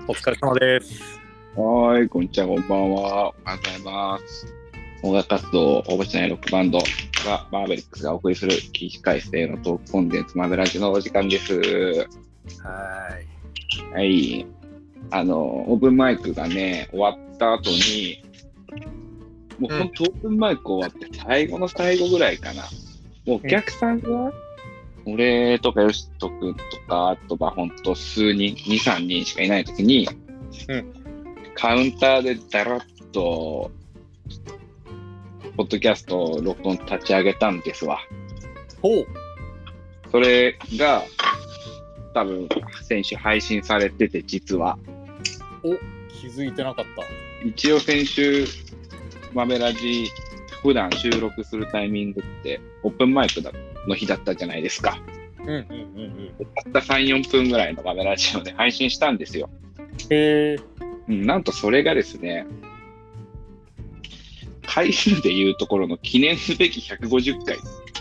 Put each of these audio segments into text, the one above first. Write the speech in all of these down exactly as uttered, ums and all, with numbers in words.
お疲れ様です。 はーい、こんにちは、こんばんは。おはようございます。音楽活動を応募しないロックバンドがマーベリックスがお送りする起死回生のトークコンテンツマーベラジのお時間です。 はい。はい。あの、オープンマイクがね、終わった後に、もうほんとオープンマイク終わって最後の最後ぐらいかな。もうお客さんが、うん、俺とかよしとくんとか、あとはほんと数人、に、さんにんしかいないときに、うん、カウンターでだらっと、ポッドキャストを録音立ち上げたんですわ。 ほう。 それが、多分、先週配信されてて、実は。 お、気づいてなかった。 一応先週、マベラジ、普段収録するタイミングって、オープンマイクの日だったじゃないですか。 うんうんうんうん。 たったさん、よんぷんぐらいのマベラジオで配信したんですよ。 へー。 うん、なんとそれがですね、回数でいうところの記念すべきひゃくごじゅっかい。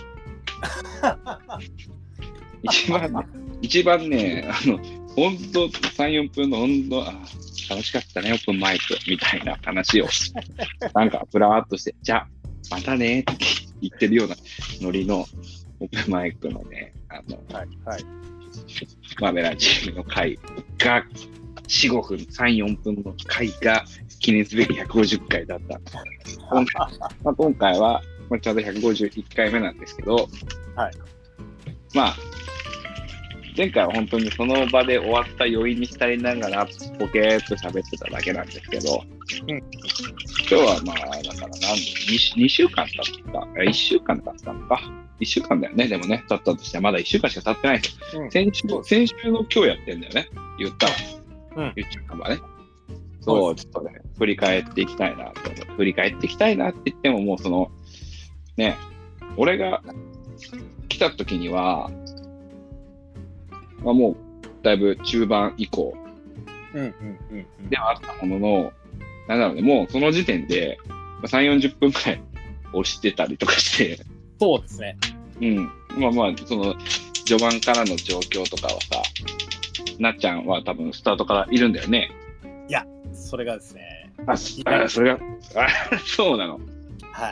一番ね、一番ね、あの、ほんとさん、よんぷんのほんと、あ、楽しかったね、オープンマイクみたいな話を、なんかふらーっとして、じゃあ、またねって言ってるようなノリのオープンマイクのね、あの、はいはい、マベラジの回が、よん、ごふん、さん、よんぷんの回が記念すべきひゃくごじゅっかいだった。今回、まあ、今回は、まあ、ちょうどひゃくごじゅういっかいめなんですけど、はい、まあ、前回は本当にその場で終わった余韻に浸りながらポケーっと喋ってただけなんですけど、うん、今日はまあ、だから何 2, 2週間経った、いっしゅうかん経ったのか。いっしゅうかんだよね、でもね、経ったとしてはまだいっしゅうかんしか経ってないですよ。うん、先週、先週の今日やってんだよね、言ったら。うん、言っちゃうかもね。そう、ちょっとね、振り返っていきたいなと思って、振り返っていきたいなって言っても、もうその、ね、俺が来た時には、まあ、もう、だいぶ中盤以降ではあったものの、なんだろうね、もうその時点でさん、よんじゅっぷんくらい押してたりとかして。 そうですね。 うん。まあまあ、その、序盤からの状況とかはさ、なっちゃんは多分スタートからいるんだよね。 いや、それがですね。 あ、あそれが、あ、そうなの。 はい。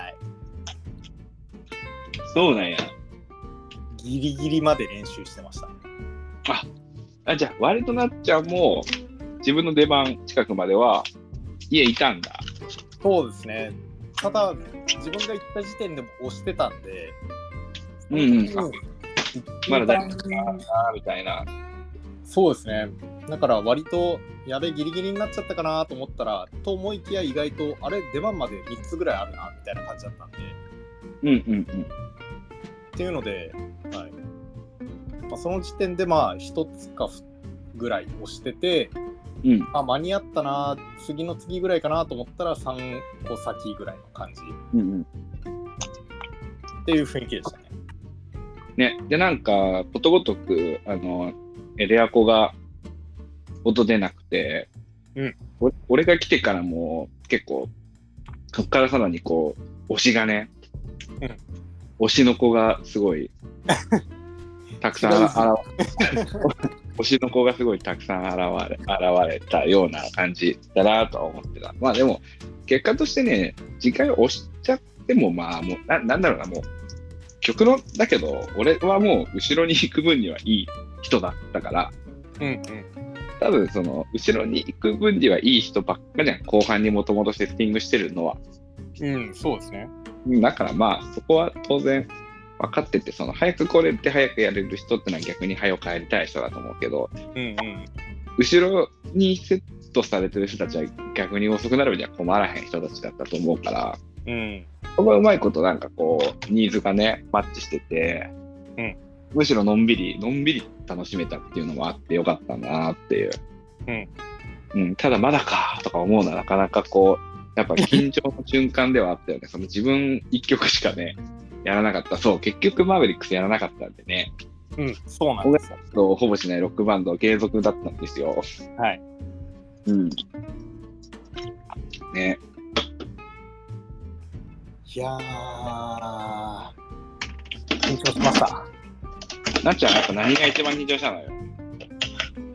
そうなんや。 ギリギリまで練習してました。 あ、あじゃあ、割となっちゃんも自分の出番近くまでは家いたんだ。 そうですね。ただ、自分が行った時点でも押してたんで、 うんうん。あまだ大丈夫かなみたいな。 そうですね。だから割とやべギリギリになっちゃったかなと思ったらと思いきや意外とあれ出番までみっつぐらいあるなみたいな感じだったんで、 うんうんうん。 っていうので、はい、まあ、その時点でまあひとつかぐらい押してて、うん、あ間に合ったな次の次ぐらいかなと思ったらさんこ先ぐらいの感じ、うんうん、っていう雰囲気でしたね。 ね、でなんかことごとくあのエレアコが音出なくて、うん、俺, 俺が来てからも結構こっからさらにこう推しがね、うん、推しの子がすごいたくさん現れ推しの子がすごいたくさん現れ現れたような感じだなとは思ってた。まあでも結果としてね、次回押しちゃってもまあもう な, なんだろうなもう極論だけど俺はもう後ろに行く分にはいい人だったから、うんうん、多分その後ろに行く分にはいい人ばっかじゃん、後半にもともとセッティングしてるのは。 うん、そうですね。 だからまあそこは当然分かってて、その早く来れて早くやれる人ってのは逆に早く帰りたい人だと思うけど、うんうん、後ろにセットされてる人たちは逆に遅くなる分には困らへん人たちだったと思うから、うん、そこはうまいことなんかこうニーズがねマッチしてて、うん、むしろのんびりのんびり楽しめたっていうのもあってよかったなっていう、うんうん、ただまだかとか思うのはなかなかこうやっぱ緊張の瞬間ではあったよね。その自分一曲しかねやらなかった。そう結局マーベリックスやらなかったんでね。 うん、そうなんですよ。ほぼしないロックバンド継続だったんですよ。 はい。 うん。ね。 いやー緊張しました。 なっちゃんやっぱ何が一番緊張したのよ。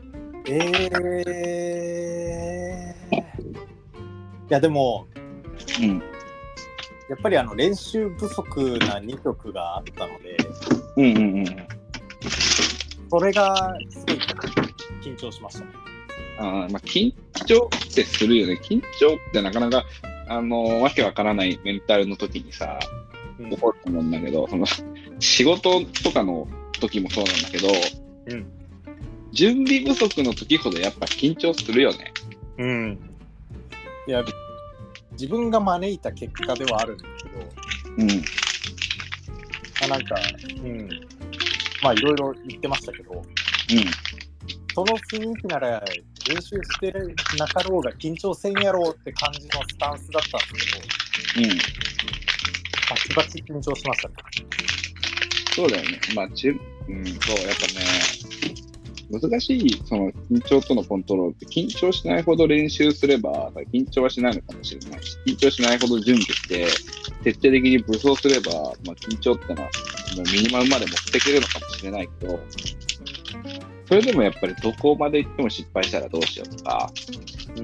えー、いやでも、 うん、 やっぱりあの練習不足なにきょくがあったので、 うんうんうん、 それがすごい緊張しましたね。 あ、まあ、緊張ってするよね。緊張ってなかなかあのわけわからないメンタルの時にさ、起こると思うんだけど、うん、その仕事とかの時もそうなんだけど、うん、準備不足の時ほどやっぱ緊張するよね。 うん。いや、自分が招いた結果ではあるんだけど、うん。まあ、なんか、うん。まあいろいろ言ってましたけど、うん。その雰囲気なら練習してなかろうが緊張せんやろうって感じのスタンスだったんですけど、うん。バチバチ緊張しましたね。 そうだよね。まあ、ちゅうん、そう、やっぱね、難しい、その緊張とのコントロールって、緊張しないほど練習すれば、緊張はしないのかもしれないし、緊張しないほど準備して、徹底的に武装すれば、まあ、緊張ってのは、もうミニマムまで持っていけるのかもしれないけど、それでもやっぱりどこまで行っても失敗したらどうしようとか、うん、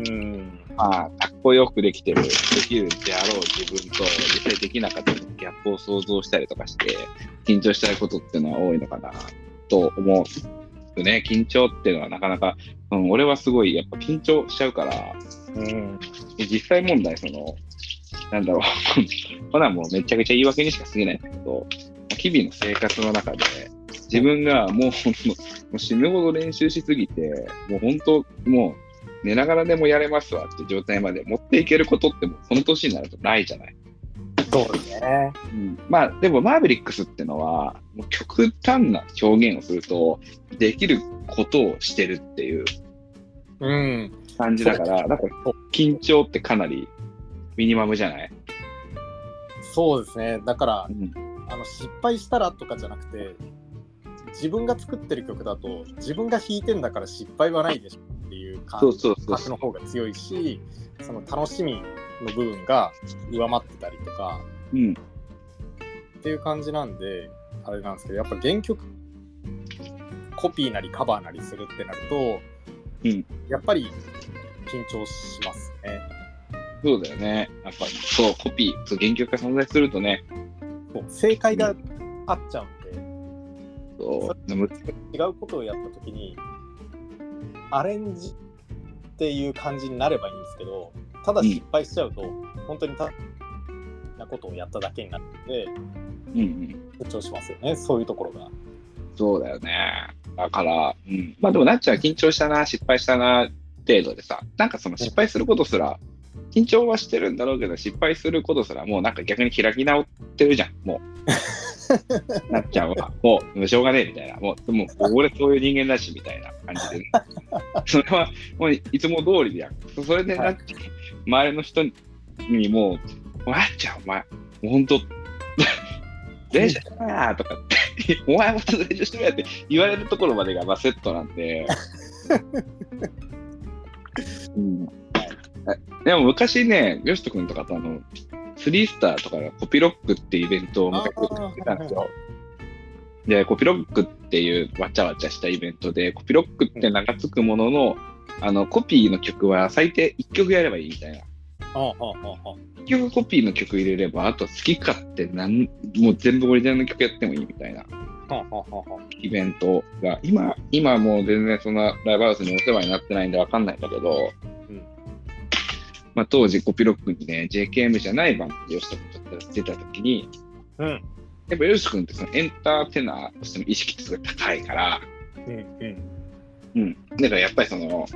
まあ、かっこよくできてる、できるであろう自分と、実際できなかったギャップを想像したりとかして、緊張したいことっていうのは多いのかな、と思う。ね、緊張っていうのはなかなか、うん、俺はすごいやっぱ緊張しちゃうから、うん、実際問題、その、なんだろう、これはもうめちゃくちゃ言い訳にしか過ぎないんだけど、日々の生活の中で、自分がもう本当、もう死ぬほど練習しすぎて、もう本当、もう寝ながらでもやれますわって状態まで持っていけることってもうこの年になるとないじゃない。 そうですね。 うん、まあでもマーヴェリックスっていうのはもう極端な表現をするとできることをしてるっていう感じだから、うん、だから緊張ってかなりミニマムじゃない？ そうですね。だから、うん、あの失敗したらとかじゃなくて、自分が作ってる曲だと自分が弾いてんだから失敗はないでしょっていう感じの方が強いし、その楽しみの部分が上回ってたりとか、うん、っていう感じなんであれなんですけど、やっぱ原曲コピーなりカバーなりするってなると、うん、やっぱり緊張しますね。 そうだよね。やっぱりそうコピー、そう原曲が存在するとね、 そう正解があっちゃうんで、 そうそれ違うことをやった時にアレンジっていう感じになればいいんですけど、ただ失敗しちゃうと、うん、本当にただなことをやっただけになって、うんうん、緊張しますよね、そういうところが。 そうだよね。だから、うん、まあでもなっちゃん緊張したな、失敗したな程度でさ、なんかその失敗することすら、緊張はしてるんだろうけど、失敗することすら、もうなんか逆に開き直ってるじゃん、もう。なっちゃんは、もう、しょうがねえみたいな、もう、もう俺そういう人間だし、みたいな感じで、ね、それはもういつも通りでやん。それでなっちゃん、周りの人にもう、なっちゃん、お前、もうほんと、練習したなとかって、お前もちょっと練習してみやって言われるところまでがまあセットなんで、うん、でも昔ね、よしとくんとかとあの、スリースターとかがコピロックっていうイベントを昔やってたんですよ。で、コピロックっていうわちゃわちゃしたイベントで、コピロックって名がつくものの、あの、コピーの曲は最低いっきょくやればいいみたいな。いっきょくコピーの曲入れれば、あと好き勝手なんもう全部オリジナルの曲やってもいいみたいなイベントが、今、今もう全然そんなライブハウスにお世話になってないんでわかんないんだけど、うんまあ、当時コピロックにね、ジェイケーエム じゃないバンドで吉田君と出たときに、うん、やっぱ吉田君ってそのエンターテイナーとしての意識ってすごい高いから、うんうんうん、だからやっぱりその、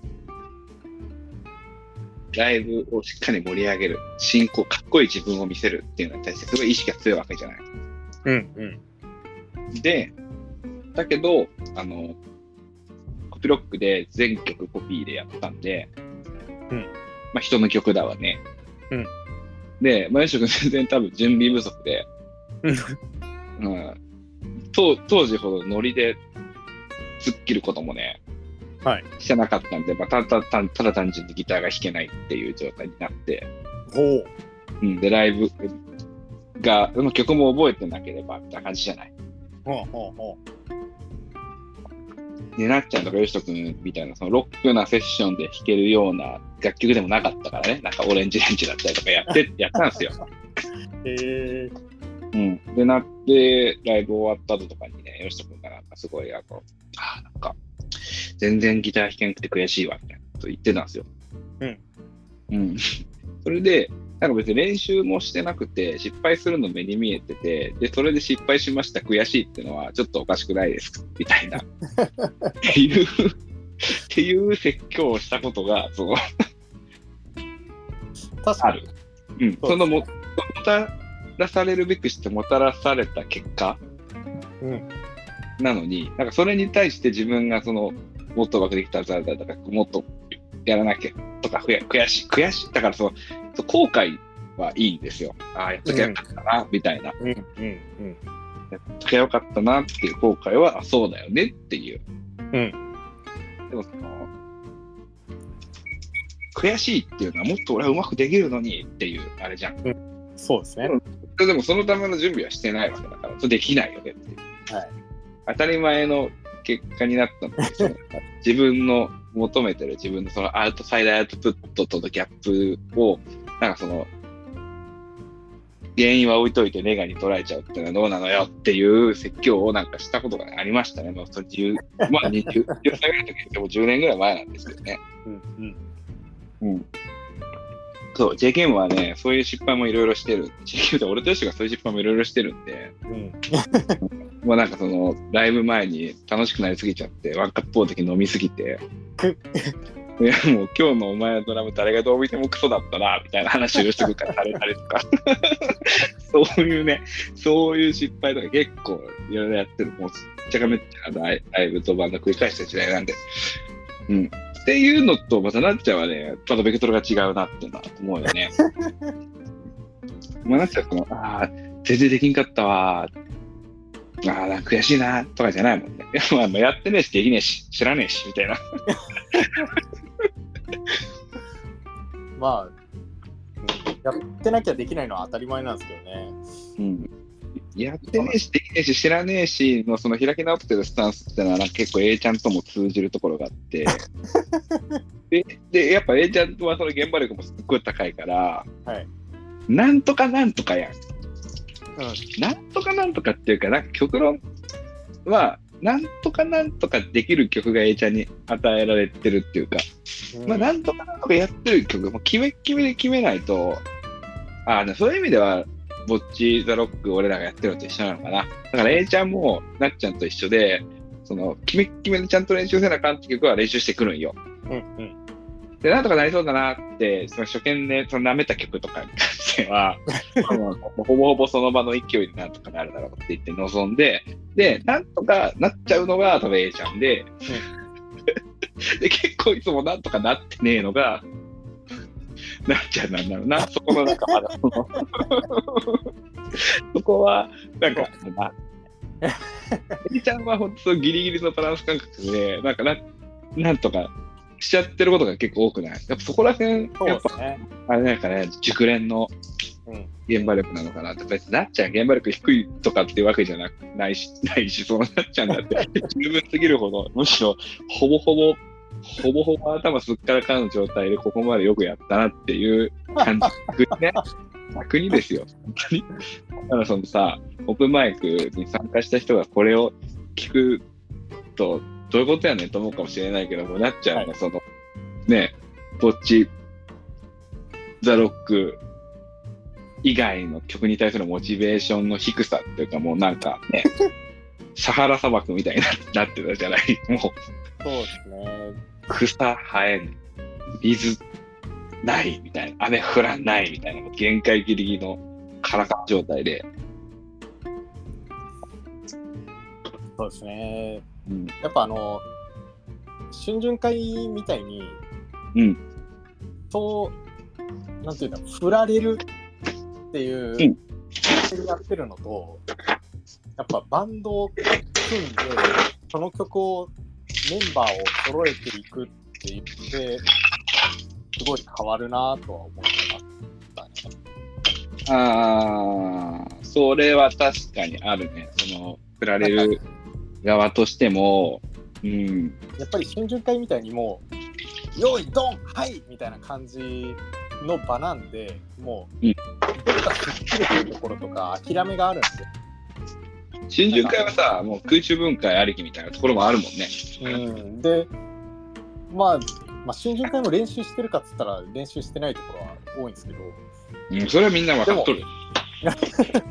ライブをしっかり盛り上げる、進行、かっこいい自分を見せるっていうのに対してすごい意識が強いわけじゃない。うんうん、で、だけど、あの、コピロックで全曲コピーでやったんで、うんまあ、人の曲だわね。うん、で、まあ、吉野君全然多分準備不足で、うん、当, 当時ほどノリで突っ切ることもね、はい、してなかったんで、まあ、た, だた, ただ単純にギターが弾けないっていう状態になって、ほううん、で、ライブが、曲も覚えてなければみたいな感じじゃない。ほうほうほうで、なっちゃんとかよしとくんみたいな、そのロックなセッションで弾けるような楽曲でもなかったからね、なんかオレンジレンジだったりとかやって、やったんですよ。 へえ。 うん。で、なって、ライブ終わった後とかにね、よしとくんがなんかすごい、あの、あなんか、全然ギター弾けなくて悔しいわ、みたいなこと言ってたんですよ。 うん。 うん。それで、なんか別に練習もしてなくて、失敗するの目に見えてて、で、それで失敗しました、悔しいっていうのは、ちょっとおかしくないですかみたいな。っていう、っていう説教をしたことが、その、 確かに。 ある。うん。そのも、もたらされるべくしてもたらされた結果、 うん、 なのに、なんかそれに対して自分がその、もっとうまくできたらだとか、もっとやらなきゃとか、悔しい、悔しい。だからその、後悔はいいんですよ。ああ、やっときゃよかったな、うん、みたいな。 うんうんうん。 やっときゃよかったなっていう後悔は、あ、そうだよねっていう。 うん。 でもその、悔しいっていうのはもっと俺はうまくできるのにっていう、あれじゃん。 うん、そうですね。 でもそのための準備はしてないわけだから、それできないよねっていう。 はい。 当たり前の結果になったので、自分の求めてる自分のそのアウトサイドアウトプットとのギャップを、なんかその、原因は置いといてネガに捉えちゃうっていうのはどうなのよっていう説教をなんかしたことが、ね、ありましたね。まあ、それじゅう、まあ、にじゅう、じゅっさいぐらいの時でもじゅうねんぐらい前なんですけどね。 うんうん。 うん。そう、ジェイケーエム はね、そういう失敗もいろいろしてる。ジェイケーエム って俺としてがそういう失敗もいろいろしてるんで、うん、まあなんかその、ライブ前に楽しくなりすぎちゃって、ワンカップの時飲みすぎて、いやもう今日のお前のドラム誰がどう見てもクソだったな、みたいな話をしてくからされたりとか、そういうね、そういう失敗とか結構いろいろやってる。もう、ちゃかめっちゃライブとバンド繰り返した時代なんで。うん。っていうのと、またなっちゃんはね、またベクトルが違うなっていうのは思うよね。まあなっちゃんはその、ああ、全然できんかったわ、ああ、悔しいな、とかじゃないもんね。いや、まあ、やってねえし、できねえし、知らねえし、みたいな。 まあ、やってなきゃできないのは当たり前なんですけどね。 うん。やってねえし、できねえし、知らねえしのその開き直ってるスタンスってのは結構 A ちゃんとも通じるところがあってで, でやっぱ A ちゃんとはその現場力もすっごい高いから、 はい、 なんとかなんとかやん、うん、 なんとかなんとかっていうか、なんか極論はなんとかなんとかできる曲が A ちゃんに与えられてるっていうか、うん、まあなんとかなんとかやってる曲も決め決めで決めないと、あそういう意味ではぼっちザロック俺らがやってるのと一緒なのかな。だから A ちゃんもなっちゃんと一緒で、その決め決めでちゃんと練習せなあかんって曲は練習してくるんよ。 うんうん。 で、なんとかなりそうだなって、その初見でその舐めた曲とかに関しては、ほぼほぼその場の勢いでなんとかなるだろうって言って臨んで、で、なんとかなっちゃうのが多分 A ちゃんで、うん、で、結構いつもなんとかなってねえのが、なっちゃうなんだろうな、そこのなんかまだそのそこはなんかなえいちゃんは本当ギリギリのバランス感覚でなんか な, なんとかしちゃってることが結構多くない。やっぱそこら辺やっぱ、ね、あれなんかね熟練の現場力なのかなって。別になっちゃん現場力低いとかっていうわけじゃなくないしないし、そのなっちゃんだって十分すぎるほど、むしろほぼほぼほぼほぼ頭すっからかんの状態でここまでよくやったなっていう感じね。逆にですよ。本当に。だからそのさ、オープンマイクに参加した人がこれを聞くとどういうことやねんと思うかもしれないけども、なっちゃうの、その、ね、ぼっち、ザ・ロック以外の曲に対するモチベーションの低さっていうか、もうなんかね、サハラ砂漠みたいになってたじゃない。もう。 そうですね。 草生えん、水ないみたいな、雨降らないみたいな、限界ギリギリのカラカラ状態で。 そうですね。うん、やっぱあの春巡会みたいに、 うん、 そうなんていうんだ、振られるっていう、うん、やってるのと、やっぱバンドを組んでその曲をメンバーを揃えていくって言ってすごい変わるなとは思ってましたね。 ああ、それは確かにあるね。その振られる側としてもうん、 やっぱり春巡会みたいにもう用意ドンはいみたいな感じの場なんで、もう、うん、どっか吹っ切れてるところとか諦めがあるんですよ。 春巡会はさ、もう空中分解ありきみたいなところもあるもんね。 うん、で、まあ、まあ、春巡会も練習してるかっつったら練習してないところは多いんですけど、 うん、それはみんな分かっとる。 やっ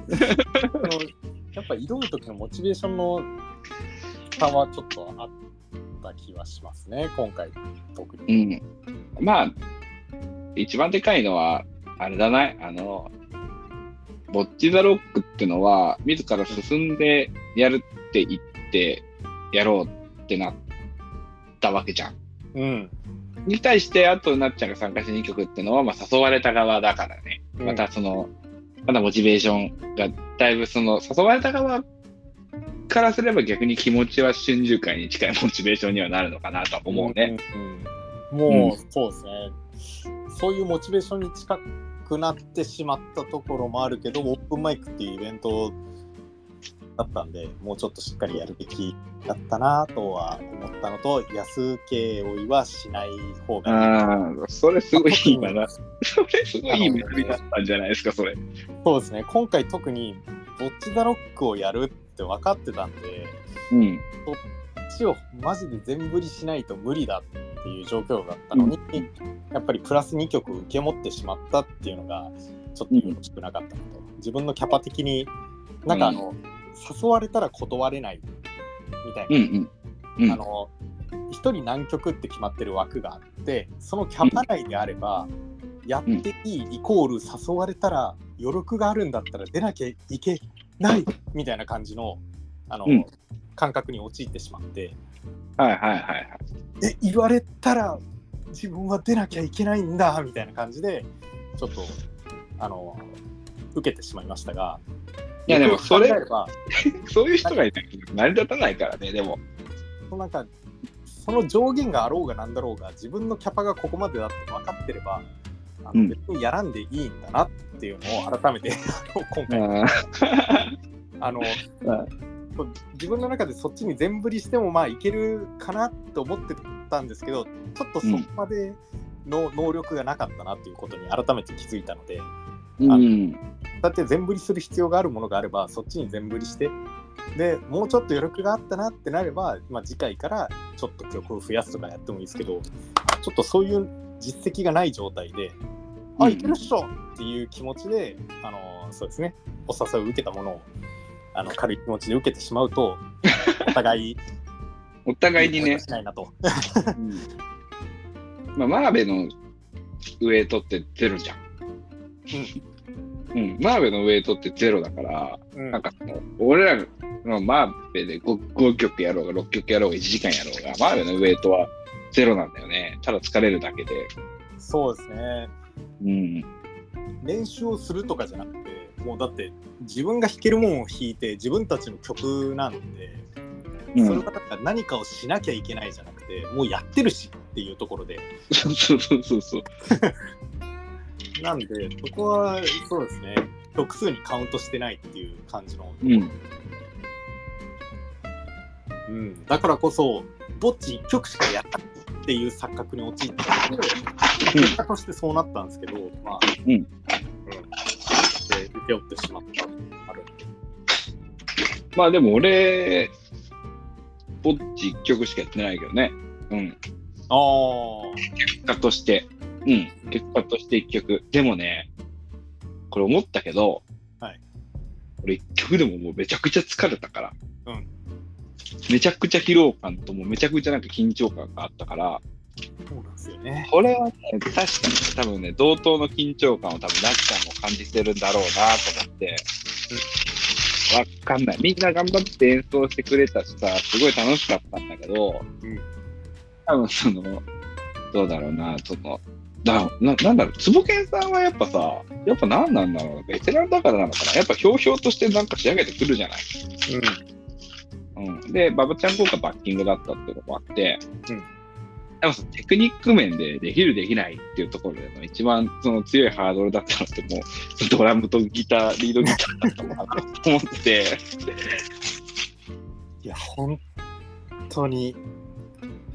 ぱ挑む時のモチベーションの差はちょっとあった気はしますね、今回特に。 うん、まあ一番でかいのはあれだな、あのボッチザロックってのは自ら進んでやるって言ってやろうってなったわけじゃん。 うん。 に対してあとなっちゃんが参加しに行くってのは、まあ、誘われた側だからね。うん、またそのまだモチベーションがだいぶその誘われた側からすれば逆に気持ちは春巡会に近いモチベーションにはなるのかなと思うね。 うんうん、もう、うん、そうですね。そういうモチベーションに近くなってしまったところもあるけど、オープンマイクっていうイベントだったんで、もうちょっとしっかりやるべきだったなとは思ったのと、安請負いはしない方がいい。 ああ、それすごいいいな。それすごいいい巡りだったんじゃないですか、それ。 そうですね。今回特にボッチザロックをやるって分かってたんで、 うん、 そっちをマジで全振りしないと無理だっていう状況だったのに、うん、やっぱりプラスにきょく受け持ってしまったっていうのがちょっとよろしくなかったのと、うん、自分のキャパ的になんかあの、うん、誘われたら断れないみたいな、 うんうんうん、 あのひとり何曲って決まってる枠があって、そのキャパ内であれば、うん、やっていいイコール誘われたら余力があるんだったら出なきゃいけないみたいな感じの、あの、うん、感覚に陥ってしまって、 はいはいはいはい、 え言われたら自分は出なきゃいけないんだみたいな感じでちょっとあの受けてしまいましたが、 いやでもそれそういう人がいないと成り立たないからね。でもなんかその上限があろうがなんだろうが、自分のキャパがここまでだって分かってれば、あの、うん、別にやらんでいいんだなっていうのを改めて今回あの自分の中でそっちに全振りしてもまあいけるかなと思ってたんですけど、ちょっとそこまでの能力がなかったなということに改めて気づいたので、 うん、 あのだって全振りする必要があるものがあればそっちに全振りして、でもうちょっと余力があったなってなれば、まあ、次回からちょっと曲を増やすとかやってもいいですけど、ちょっとそういう実績がない状態で、うん、あいけるっしょっていう気持ちで、あのそうですね、お誘いを受けたものをあの軽い気持ちで受けてしまうと、お互いお互いにね、 しないなとうん、まあマーベのウェイトってゼロじゃん。うん、うん、マーベのウェイトってゼロだから、うん、なんか俺らのマーベで 5, 5曲やろうがろっきょくやろうがいちじかんやろうが、マーベのウェイトはゼロなんだよね。ただ疲れるだけで。そうですね。 うん。 練習をするとかじゃなくて、もうだって自分が弾けるもんを弾いて自分たちの曲なんで、うん、それが何かをしなきゃいけないじゃなくて、もうやってるしっていうところで。 そうそうそうそう。 なんでそこはそうですね、曲数にカウントしてないっていう感じの、 うんうん、だからこそぼっちいっきょくしかやったっていう錯覚に陥ってので、結果としてそうなったんですけど、まあ、 うん、うん、で請け負ってしまったのがあるんで。 まあでも俺ぼっちいっきょくしかやってないけどね。うん。 ああ。 結果として。うん。結果としていっきょく。でもね、これ思ったけど、 はい。 俺いっきょくでももうめちゃくちゃ疲れたから。 うん。 めちゃくちゃ疲労感ともめちゃくちゃなんか緊張感があったから。 そうなんですよね。 これはね、確かに多分ね、同等の緊張感を多分なっちゃんも感じてるんだろうなと思って。うん、わかんない。みんな頑張って演奏してくれたしさ、すごい楽しかったんだけど、 うん、 多分その、どうだろうな、その、だな, なんだろう、つぼけんさんはやっぱさ、やっぱ何なんだろう、ベテランだからなのかな、やっぱひょうひょうとしてなんか仕上げてくるじゃない。うん。うん、で、バブちゃん効果バッキングだったっていうのもあって、 うん、 多分テクニック面でできるできないっていうところでの一番その強いハードルだったのってもうドラムとギター、リードギターだったのかなと思って。 いや、本当に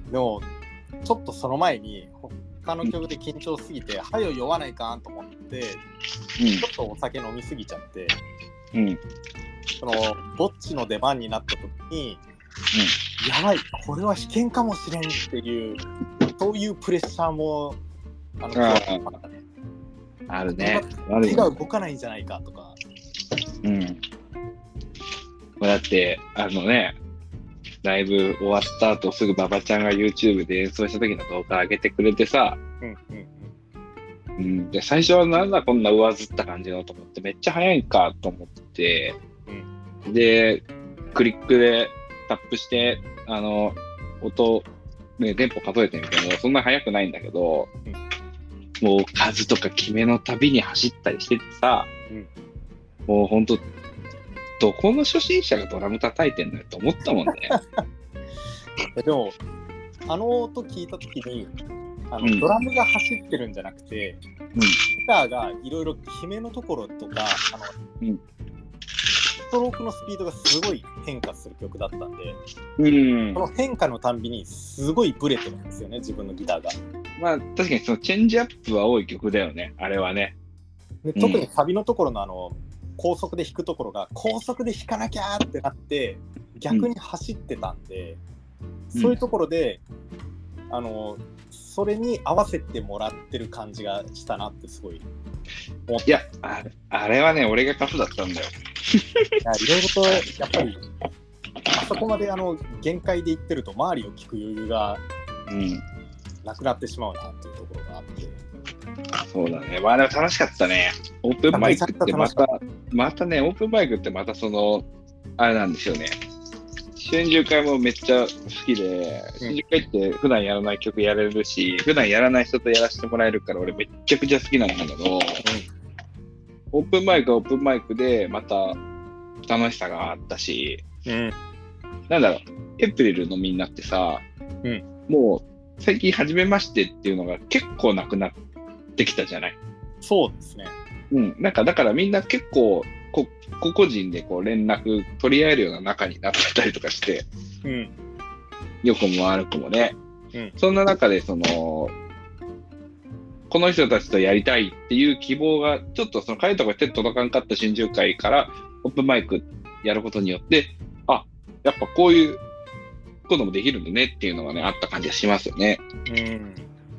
でもちょっとその前に他の曲で緊張すぎて、うん、はよ酔わないかんと思って、うん、ちょっとお酒飲みすぎちゃって、うん、そのぼっちの出番になった時に、うん、やばいこれは危険かもしれんっていうそういうプレッシャーもあのああるね。 手が動かないんじゃないかとか。 うん。だってあのね、ライブ終わった後すぐ馬場ちゃんが YouTube で演奏した時の動画上げてくれてさ、うんうんうん、で最初はなんだこんな上ずった感じのと思ってめっちゃ速いんかと思って、うん、でクリックでタップしてあの音ねテンポ数えてみてもそんな速くないんだけど、うん、もう数とか決めのたびに走ったりしててさ、うん、もうほんとどこの初心者がドラム叩いてんのよと思ったもんね。 でもあの音聞いた時にあの、うん、ドラムが走ってるんじゃなくて、うん、ギターがいろいろ決めのところとかあの、うん、ストロークのスピードがすごい変化する曲だったんで、うん、その変化のたんびにすごいブレてるんですよね自分のギターが。 まあ確かにそのチェンジアップは多い曲だよねあれはね。 で特にサビのところのあの高速で弾くところが高速で弾かなきゃってなって逆に走ってたんで、うん、そういうところであのそれに合わせてもらってる感じがしたなってすごい思った。 いや あ, あれはね俺が歌手だったんだよ。 いやいろいろとやっぱりあそこまであの限界でいってると周りを聞く余裕がなくなってしまうなっていうところがあって、 そうだね。まあでも楽しかったね。オープンマイクってまた、またね、オープンマイクってまたその、あれなんですよね。春秋会もめっちゃ好きで、うん、春秋会って普段やらない曲やれるし、普段やらない人とやらせてもらえるから俺めっちゃくちゃ好きなんだけど、うん、オープンマイクはオープンマイクでまた楽しさがあったし、うん、なんだろう、エイプリルのみんなってさ、うん、もう最近初めましてっていうのが結構なくなってできたじゃない。 そうですね。 うん、なんかだからみんな結構こ個々人でこう連絡取り合えるような仲になってたりとかして、うん、良くも悪くもね、うん、そんな中でそのこの人たちとやりたいっていう希望がちょっとその彼とか手届かんかった春秋会からオープンマイクやることによって、あ、やっぱこういうこともできるんだねっていうのがねあった感じがしますよね。うん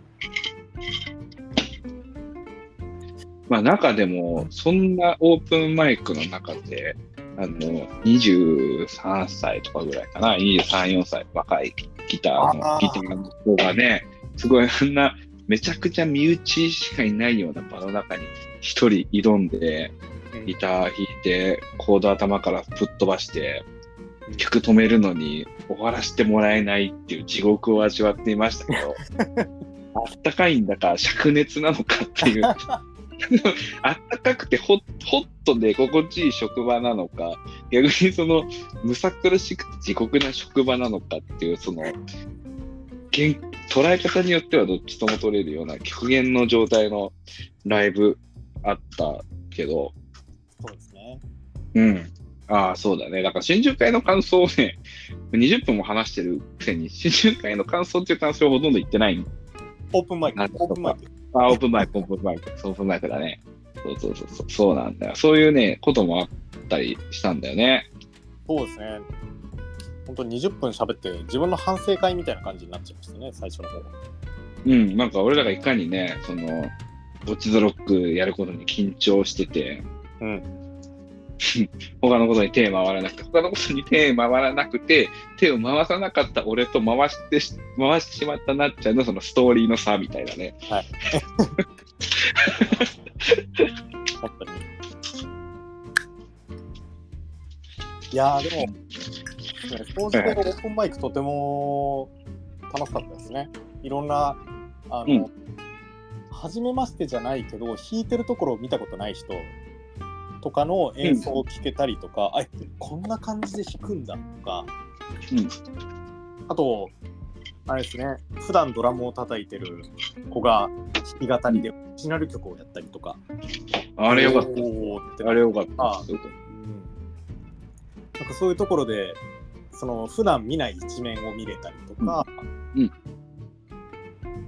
まあ中でもそんなオープンマイクの中であのにじゅうさんさいとかぐらいかなにじゅうさん、よんさい若いギターのギターの子がねすごいあんなめちゃくちゃ身内しかいないような場の中に一人挑んでギター弾いてコード頭からぶっ飛ばして曲止めるのに終わらせてもらえないっていう地獄を味わっていましたけどあったかいんだか灼熱なのかっていうあったかくてホッ、ホットで心地いい職場なのか逆にそのむさ苦しくて地獄な職場なのかっていうその捉え方によってはどっちとも取れるような極限の状態のライブあったけどそうですねうんああそうだねだから春秋会の感想をねにじゅっぷんも話してるくせに春秋会の感想っていう感想をほとんど言ってないオープンマイクオープンマイクあ、オープンマイク、オープンマイク、オープンマイクだね。そうそうそうそう、そうなんだよ。そういうね、こともあったりしたんだよね。 そうですね。本当ににじゅっぷん喋って、自分の反省会みたいな感じになっちゃいましたね、最初の方。 うん、なんか俺らがいかにね、その、ボッチザロックやることに緊張してて、うん。他のことに手回らなくて、他のことに手回らなくて、手を回さなかった俺と回して回してしまったなっちゃんのそのストーリーの差みたいなね。はい。 本当に。いやーでも、当時のオープンマイクとても楽しかったですね。いろんなあの、うん、初めましてじゃないけど弾いてるところを見たことない人。とかの演奏を聴けたりとか、うん、あこんな感じで弾くんだとか、うん、あとあれですね普段ドラムを叩いてる子が弾き語りでオリジナル曲をやったりとかあれよかったあれよかったあ、うん、 なんかそういうところでその普段見ない一面を見れたりとか、うん、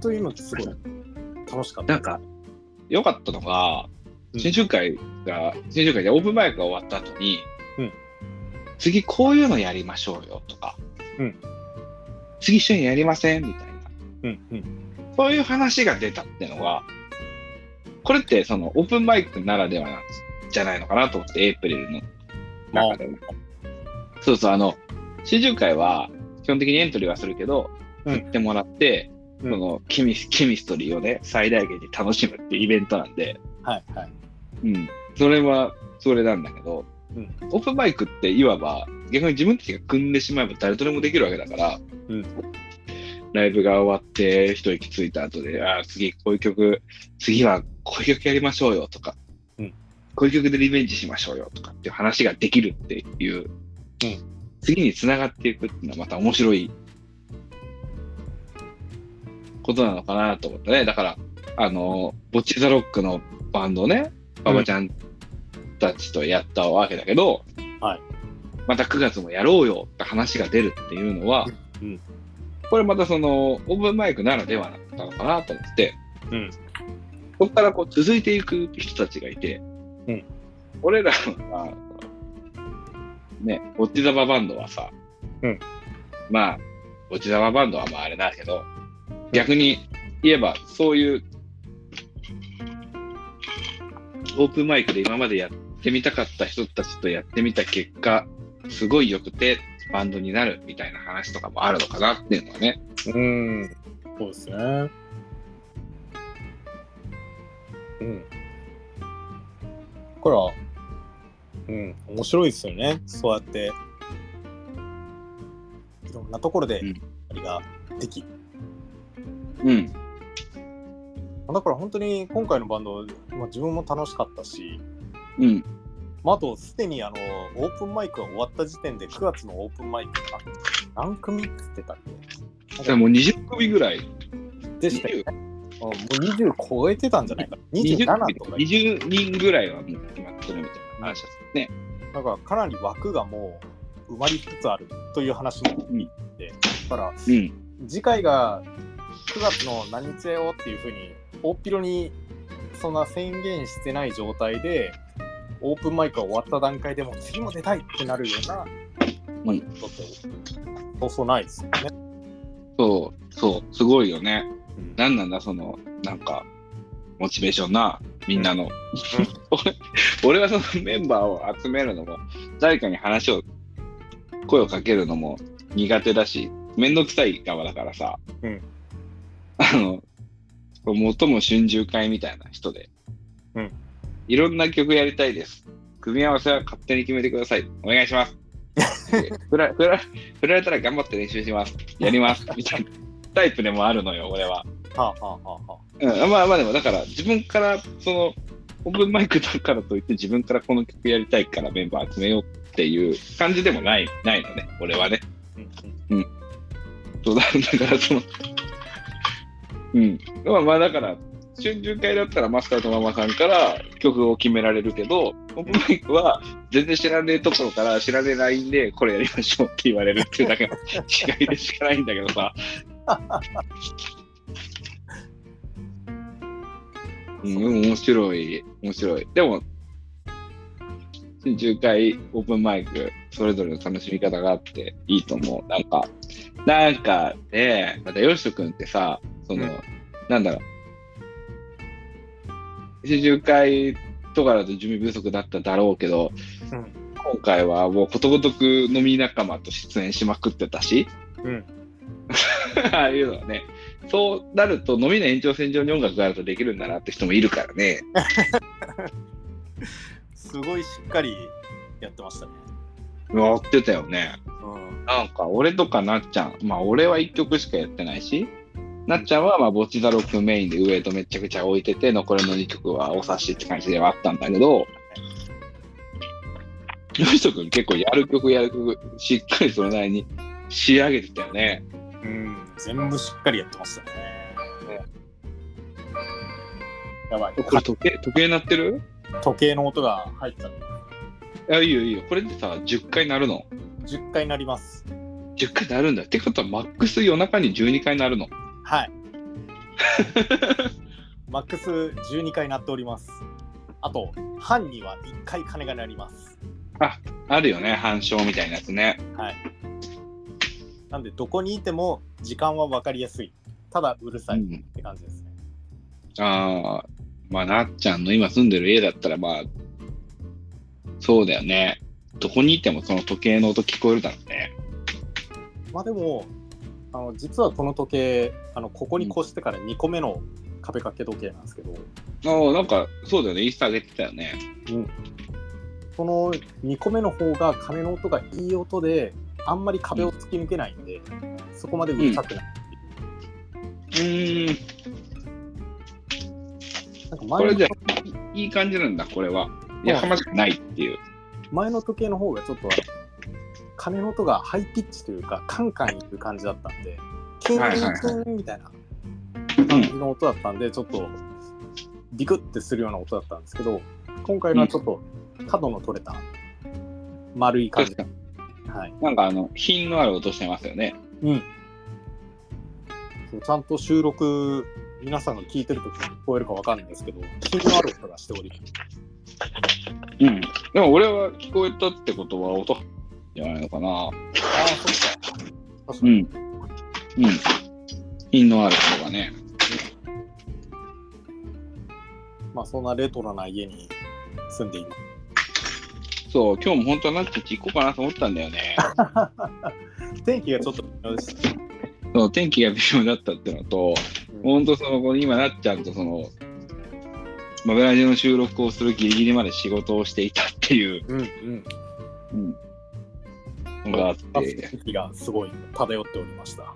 というのってすごい楽しかった。 なんか良かったのが、新春会が、新春会でオープンマイクが終わった後に、うん、次こういうのやりましょうよとか、うん、次一緒にやりませんみたいな、うんうん、そういう話が出たっていうのが、これってそのオープンマイクならではなんじゃないのかなと思って、エイプリルの中でも。そうそう、あの、新春会は基本的にエントリーはするけど、振ってもらって、うん、そのケミス、ケミストリーをね、最大限に楽しむっていうイベントなんで、はいはい。うん。それは、それなんだけど、うん、オープンマイクっていわば、逆に自分たちが組んでしまえば誰とでもできるわけだから、うん、ライブが終わって一息ついた後で、ああ、次こういう曲、次はこういう曲やりましょうよとか、うん、こういう曲でリベンジしましょうよとかっていう話ができるっていう、うん、次に繋がっていくっていうのはまた面白いことなのかなと思ったね。だから、あの、ボッチザロックのバンドね、馬場ちゃんたちとやったわけだけど、うん、はい、またくがつもやろうよって話が出るっていうのは、うん、これまたそのオープンマイクならではだったのかなと思って、うん、ここからこう続いていく人たちがいて、うん、俺らはね、ボッチザババンドはさ、うん、まあボッチザババンドはまああれだけど、逆に言えばそういうオープンマイクで今までやってみたかった人たちとやってみた結果、すごい良くてバンドになるみたいな話とかもあるのかなっていうのはね。 うーん、そうですね。うん。これは、うん、面白いですよね。そうやっていろんなところでありができ、うん。うんだから本当に今回のバンド、まあ、自分も楽しかったし、うんまあ、あとすでにあのオープンマイクが終わった時点でくがつのオープンマイクが何組って言ってたっけ？もうにじゅっくみぐらいでしたよね。もうにじゅう超えてたんじゃないかな。にじゅうななとかにじゅうにんぐらいはもう決まってるみたいな話ですね。 だからかなり枠がもう埋まりつつあるという話も聞いて、だから、うん、次回がくがつの何日よっていうふうに大っ広にそんな宣言してない状態でオープンマイクが終わった段階でも次も出たいってなるような、まあ、人ってそうそうないですよね。 そうそうすごいよね。うん、なんなんだそのなんかモチベーションなみんなの、うん、俺はそのメンバーを集めるのも誰かに話を声をかけるのも苦手だしめんどくさい側だからさ、うん、あの最も春秋会みたいな人で、うん、いろんな曲やりたいです。組み合わせは勝手に決めてください。お願いします。振ら、振ら、振られたら頑張って練習します。やります。みたいなタイプでもあるのよ、俺は。はあはあはあ、うん、まあまあでもだから自分からそのオープンマイクだからといって自分からこの曲やりたいからメンバー集めようっていう感じでもないないのね、俺はね。うん。うん、そうだだからその。うん、まあまあだから春秋会だったらマスターとママさんから曲を決められるけどオープンマイクは全然知らねえところから知らねえラインでこれやりましょうって言われるっていうだけの違いでしかないんだけどさうん、面白い面白い。でも春秋会オープンマイクそれぞれの楽しみ方があっていいと思う。なんかなんかねまたよしとくんってさその、うん、なんだろう春秋会とかだと準備不足だっただろうけど、うん、今回はもうことごとく飲み仲間と出演しまくってたし、うん、ああいうのはねそうなると飲みの延長線上に音楽があるとできるんだなって人もいるからねすごいしっかりやってましたね。 やってたよね、うん、なんか俺とかなっちゃんまあ俺はいっきょくしかやってないしなっちゃんはまあボッチザロックメインでウエイトめちゃくちゃ置いてて残りのにきょくはお察しって感じではあったんだけどよしとくん結構やる曲やる曲しっかりそれなりに仕上げてたよね。 うん全部しっかりやってましたね。やばいこれ時計時計鳴ってる？ 時計の音が入ったね。 いやいいよいいよこれでさじゅっかい鳴るの？ じゅっかい鳴ります。 じゅっかい鳴るんだってことはマックス夜中にじゅうにかい鳴るの？ はい。 マックスじゅうにかい鳴っております。あと半にはいっかい鐘が鳴ります。 あ、あるよね、半鐘みたいなやつね。 はい。なんでどこにいても時間は分かりやすい。ただうるさいって感じですね。 うん、ああ、まあなっちゃんの今住んでる家だったらまあそうだよね。どこにいてもその時計の音聞こえるだろうね。 まあでもあの実はこの時計あのここに越してからにこめの壁掛け時計なんですけど、 ああ、なんかそうだよね、インスタ上げてたよね。 うん。そのにこめの方が鐘の音がいい音であんまり壁を突き抜けないんで、うん、そこまでうるさくないっていう。 うーん。なんか前これじゃいい感じなんだ、これは。やかましくないっていう。 前の時計の方がちょっと鐘の音がハイピッチというかカンカンいく感じだったんで、キンキンみたいな感じの音だったんで、ちょっとビクってするような音だったんですけど、今回のはちょっと角の取れた丸い感じ、はい、 なんかあの品のある音してますよね。 うん。そうちゃんと収録皆さんが聞いてるときに聞こえるかわかんないですけど、品のある音がしております。 うん。でも俺は聞こえたってことは音じゃないのかな。ああ、 そうか。確かに。うん。うん。品のある音がね。 まあそんなレトロな家に住んでいます。 そう、今日も本当はなっちゃって行こうかなと思ったんだよね。 天気がちょっと微妙でした。 そう、天気が微妙だったっていうのと、うん、本当その今なっちゃんとそのマブラジの収録をするギリギリまで仕事をしていたっていう、うんうんうん、のがあって、 天気がすごい漂っておりました。 ん？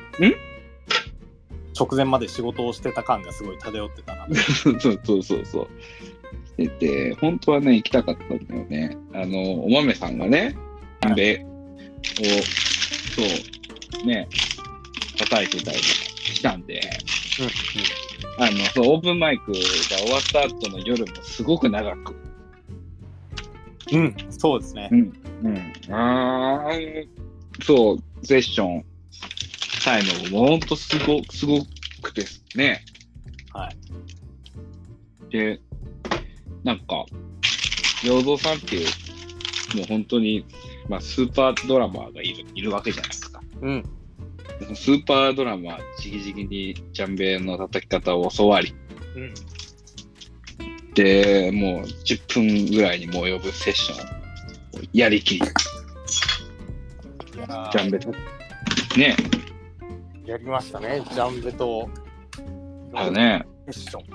直前まで仕事をしてた感がすごい漂ってたな。 そうそうそうそう。してて、本当はね行きたかったんだよね。あのお豆さんがね、で、をそうね叩いてたりしたんで、うんうん、あのそうオープンマイクが終わった後の夜もすごく長く。 うん、そうですね。 うんうん、あそうセッションタイムも本当すごすごくてね。 はい。 で、なんか陽三さんっていうもう本当にまあスーパードラマーがいるいるわけじゃないですか。 うん。 スーパードラマー直々にジャンベの叩き方を教わり、うん、でもうじゅっぷんぐらいにも及ぶセッションをやりきりジャンベとねやりましたね、ジャンベとあねセッション、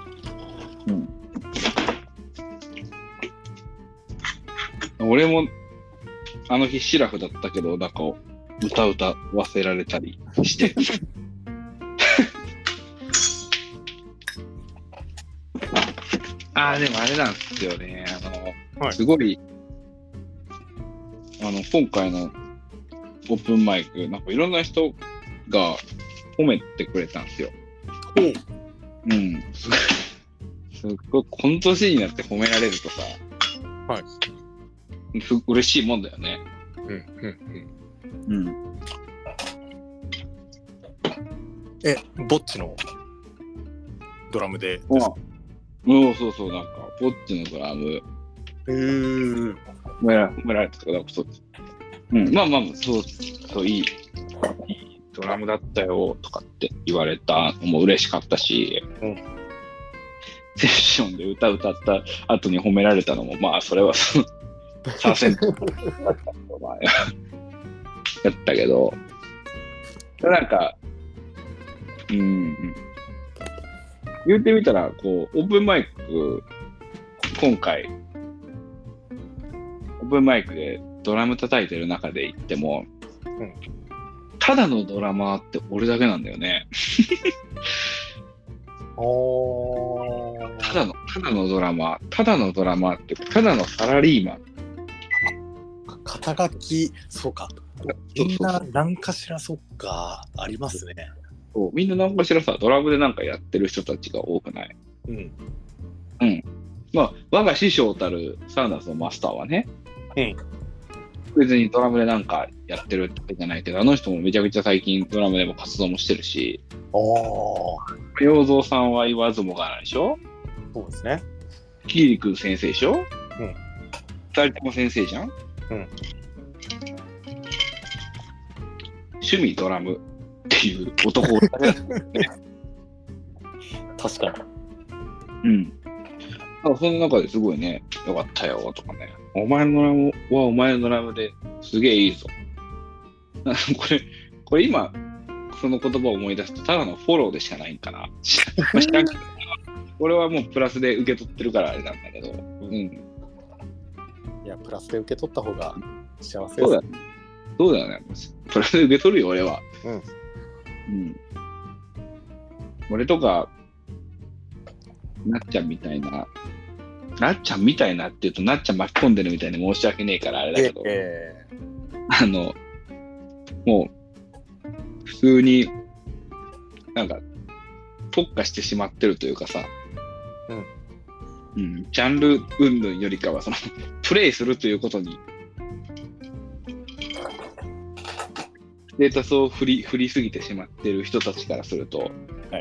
うん、俺もあの日シラフだったけどなんか歌歌わせられたりしてああでもあれなんですよね、あの、はい、すごいあの今回のオープンマイクなんかいろんな人が褒めてくれたんですよ。 ほう。 うん。すごいすごいこの年になって褒められるとさ、 はい。 す嬉しいもんだよね。 うんうんうん。 うん、 え、ぼっちのドラムでですか？ うん、そうそう、なんかぼっちのドラムへー褒められたとか、なんかそう、うん、まあまあそうそういい、いいドラムだったよとかって言われたのも嬉しかったし、うん、セッションで歌歌った後に褒められたのもまあそれはそのさせんとやったけど、なんか、うん、言ってみたら、こう、オープンマイク、今回、オープンマイクでドラム叩いてる中で言っても、うん、ただのドラマーって俺だけなんだよね。 おただの、ただのドラマー、ただのドラマーって、ただのサラリーマン。 肩書き、そうか。みんな何かしらそっかありますね。 そうみんな何かしらさドラムでなんかやってる人たちが多くない？うん。うん。まあ我が師匠たるサウナスのマスターはね、うん。別にドラムでなんかやってるってわけじゃないけど、あの人もめちゃくちゃ最近ドラムでも活動もしてるし、 おー洋蔵さんは言わずもがなでしょ。 そうですね。 キリク先生でしょ。 うん。 二人とも先生じゃん。 うん。 趣味ドラムっていう男だけだね。 確かに。うん。だからその中ですごいね、よかったよとかね。お前のドラムはお前のドラムですげえいいぞ。これ、これ今、その言葉を思い出すと、ただのフォローでしかないんかな。知らんけど、俺はもうプラスで受け取ってるからあれなんだけど。うん。いや、プラスで受け取った方が幸せです。 そうだね。そうだよね。プラスで受け取るよ、俺は。 うん。 うん。俺とか、なっちゃんみたいな、なっちゃんみたいなって言うと、なっちゃん巻き込んでるみたいに申し訳ねえからあれだけど、 えー、あの、もう、普通に、なんか、特化してしまってるというかさ、うん。うん、ジャンル云々よりかは、その、プレイするということに、ステータスを振り、振りすぎてしまってる人たちからすると、 はい。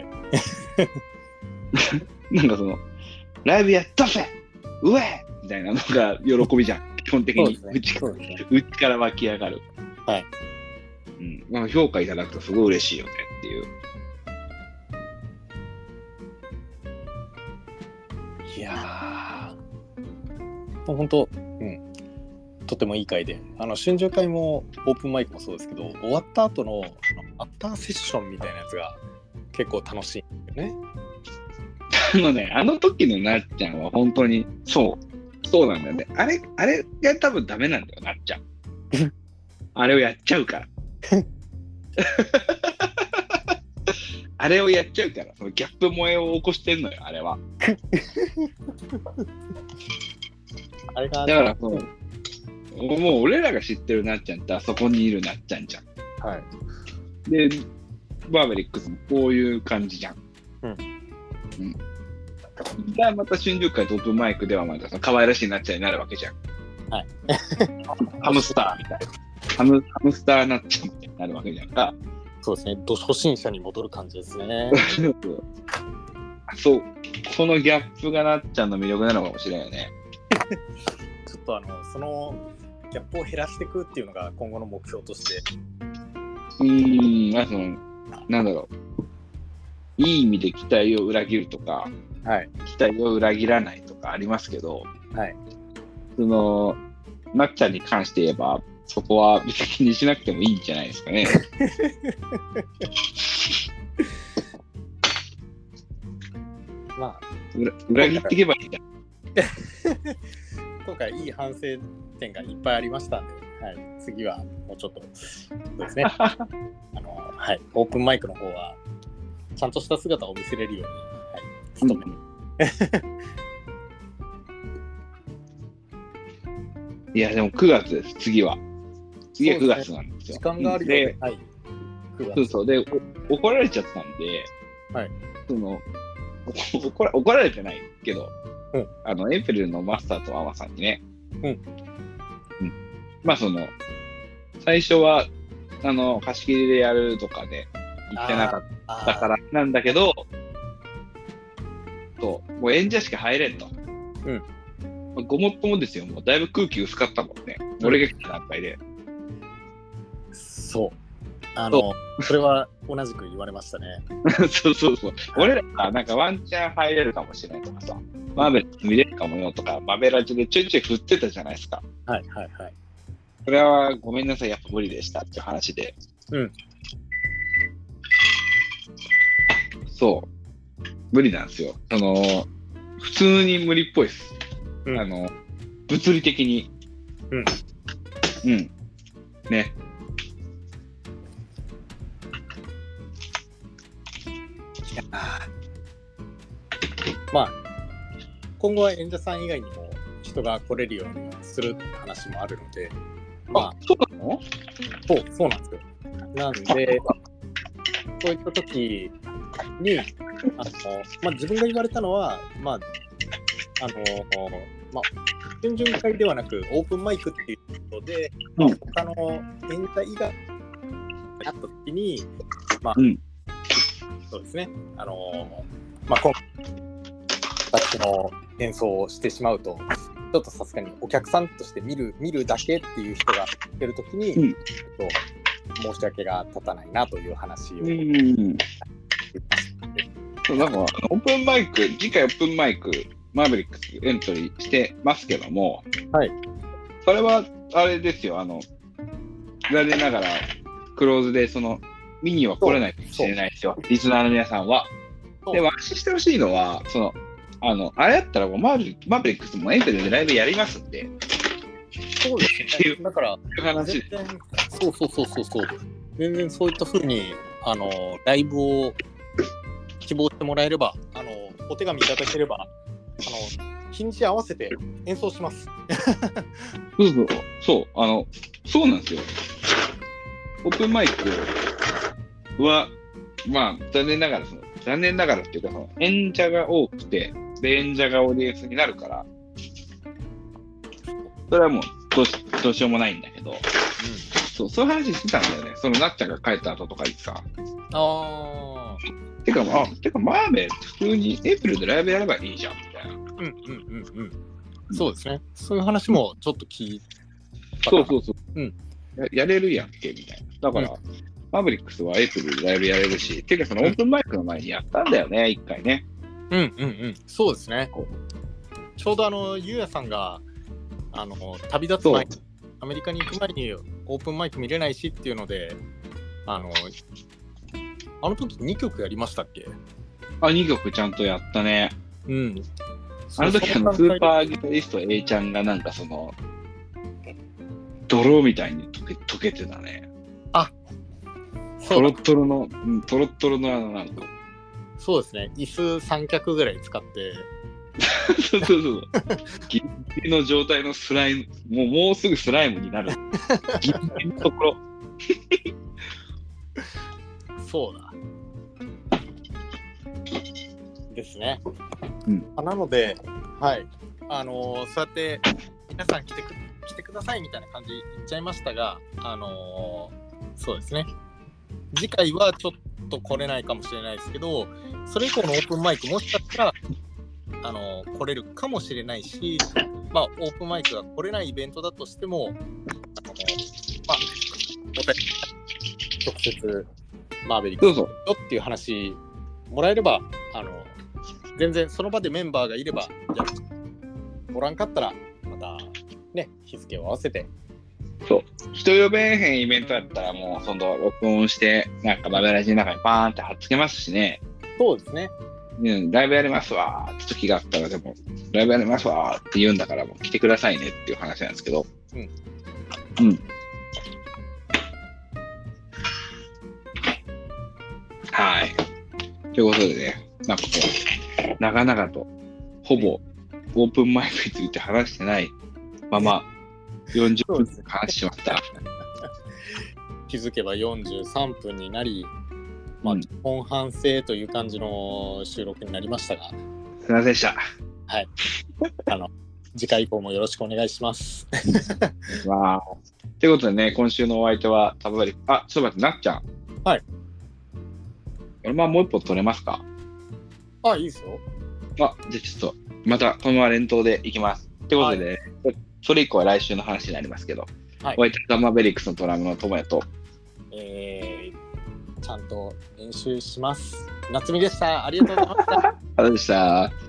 なんかその、ライブやったぜうえみたいなのが喜びじゃん。基本的に、ね、うちから、ね、うちから湧き上がる。 はい。 うん。まあ、評価いただくとすごい嬉しいよねっていう。 いやー、本当、うん。とてもいい回で、あの春秋会もオープンマイクもそうですけど、終わった後のアフターセッションみたいなやつが結構楽しいんだよね。 あのね、あの時のなっちゃんは本当にそう、そうなんだよね。あれ、あれが多分ダメなんだよ、なっちゃん。あれをやっちゃうから。あれをやっちゃうから、そのギャップ萌えを起こしてんのよ、あれは。 あれがだからそう、もう俺らが知ってるなっちゃんってあそこにいるなっちゃんじゃん。 はい。 で、バーベリックスもこういう感じじゃん。 うん。 うん。じゃあまた春秋会とオープンマイクではまたその可愛らしいなっちゃんになるわけじゃん。 はい。 ハムスターみたいな。ハム、ハムスターなっちゃんみたいになるわけじゃんか。 そうですね。ど初心者に戻る感じですね。 そう。このギャップがなっちゃんの魅力なのかもしれないよね。 ちょっとあの、そのギャップを減らしていくっていうのが今後の目標として。 うーん、まあその、なんだろう。いい意味で期待を裏切るとか、 はい、 期待を裏切らないとかありますけど、 はい、 そのなっちゃんに関して言えばそこは別に気にしなくてもいいんじゃないですかね。 まあ裏, 裏切っていけばいいんだ。 今回いい反省点がいっぱいありましたんで、はい、次はもうちょっとそうですね。あのはい、オープンマイクの方はちゃんとした姿を見せれるように、はい、努め、 うん、いやでもくがつです。次は次はくがつなんですよ。 時間があるようで、はい、 そうそうで怒られちゃったんで、 はい、 その怒ら怒られてないけど、 うん、 あのエイプリルのマスターとアマさんにね、 うん、うん、 まあその最初はあの貸し切りでやるとかで言ってなかったからなんだけど、そうもう演者しか入れんと、 うん、 まあ、ごもっともですよ。もうだいぶ空気薄かったもんね、うん、俺が来た段階で。 そうあのそれは同じく言われましたね。 そうそうそう、俺らがなんかワンチャン入れるかもしれないとかさ、マーベル見れるかもよとか、マベラジでちょいちょい振ってたじゃないですか。 はいはいはい。 それはごめんなさい、やっぱ無理でしたっていう話で。 うん。 そう。無理なんですよ。その、普通に無理っぽいです。うん、あの、物理的に。 うん。 うん。ね。 いやまあ、今後は演者さん以外にも人が来れるようにするって話もあるので、まあ、 あ、そうなの？ そう、そうなんですよ。なんで、そういった時に、あの、まあ、自分が言われたのは、まあ、あの、まあ、準々会ではなく、オープンマイクっていうことで、うん、まあ、他の演者以外にあった時に、まあ、うん、 そうですね。あのー、まあ、今私の演奏をしてしまうと、ちょっとさすがにお客さんとして見る見るだけっていう人がいるときに、うん、ちょっと申し訳が立たないなという話を。うん、 そうなんかオープンマイク、次回オープンマイク、マーベリックスエントリーしてますけども、 はい。 それはあれですよ、あの、残念ながらクローズでその見には来れないかもしれないですよ、リスナーの皆さんは。でも安心してほしいのは、そのあのあれやったらもうマーベリックスもエントリーでライブやりますんで。 そうですね。だから話全然そうそうそうそうそう。全然そういった風にあのライブを希望してもらえれば、あのお手紙いただければ、あの日にち合わせて演奏します。 そうそうそうあのそうなんですよ。オープンマイクはまあ残念ながらその残念ながらっていうかその演者が多くてで演者がオーディエンスになるから、それはもうどうし、どうしようもないんだけど、うん、そうそういう話してたんだよね。そのなっちゃんが帰った後とかにさ。 あてかあてかマーベ普通にエイプリルでライブやればいいじゃんみたいな。 うんうんうんうん。そうですね。そういう話もちょっと聞いた。 そうそうそう。 うん。 や, やれるやんけみたいな。だから、うん、マーベリックスはエイプリルでライブやれるし、てかそのオープンマイクの前にやったんだよね、一、うん、回ね。 うんうんうん。そうですね。ちょうどあのゆうやさんがあの旅立つ前にアメリカに行く前にオープンマイク見れないしっていうので、あのあの時にきょくやりましたっけ？ あ、にきょくちゃんとやったね。 うん。 あの時あのスーパーギタリスト A ちゃんがなんかその泥みたいに溶け、溶けてたね。 あ、 トロットロの、うん、トロットロのあのなんか。 そうですね。椅子三脚ぐらい使って。 そうそうそう。ギリギリの状態のスライム、もうもうすぐスライムになる。ギリギリのところ。 そうだ。ですね。 うん、 なので、はい。あのー、そうやって皆さん来てく来てくださいみたいな感じ言っちゃいましたが、あのー、そうですね。次回はちょっと来れないかもしれないですけど、それ以降のオープンマイクもしかしたらあの来れるかもしれないし、まあオープンマイクが来れないイベントだとしても、あのまあお便り直接マーベリックスよっていう話もらえれば、あの全然その場でメンバーがいればやる。おらんかったらまたね日付を合わせて。 そう人呼べへんイベントだったらもうその録音してなんかマベラジの中にバーンって貼っつけますしね。 そうですね。 うん、ライブやりますわーって時があったらでもライブやりますわーって言うんだからもう来てくださいねっていう話なんですけど。うん。うん。はい。ということでね、なんかこう長々とほぼオープンマイクについて話してないままよんじゅっぷん話しました。 気づけばよんじゅうさんぷんになり、まあ、うん、本反省という感じの収録になりましたが、 すみませんでした。 はい。あの次回以降もよろしくお願いします。 わあ。ということでね、今週のお相手はタブバリ、あ、ちょっと待って、なっちゃん。 はい。 俺まあもう一本取れますか？ あ、いいですよ。 あ、じゃあちょっとまたこのまま連投でいきます。ということで、ね、はい、それ以降は来週の話になりますけど、はい、お相手はマーベリックスのドラムのともやと、 えー、ちゃんと練習します。夏美でした。ありがとうございました。 ありがとうございました。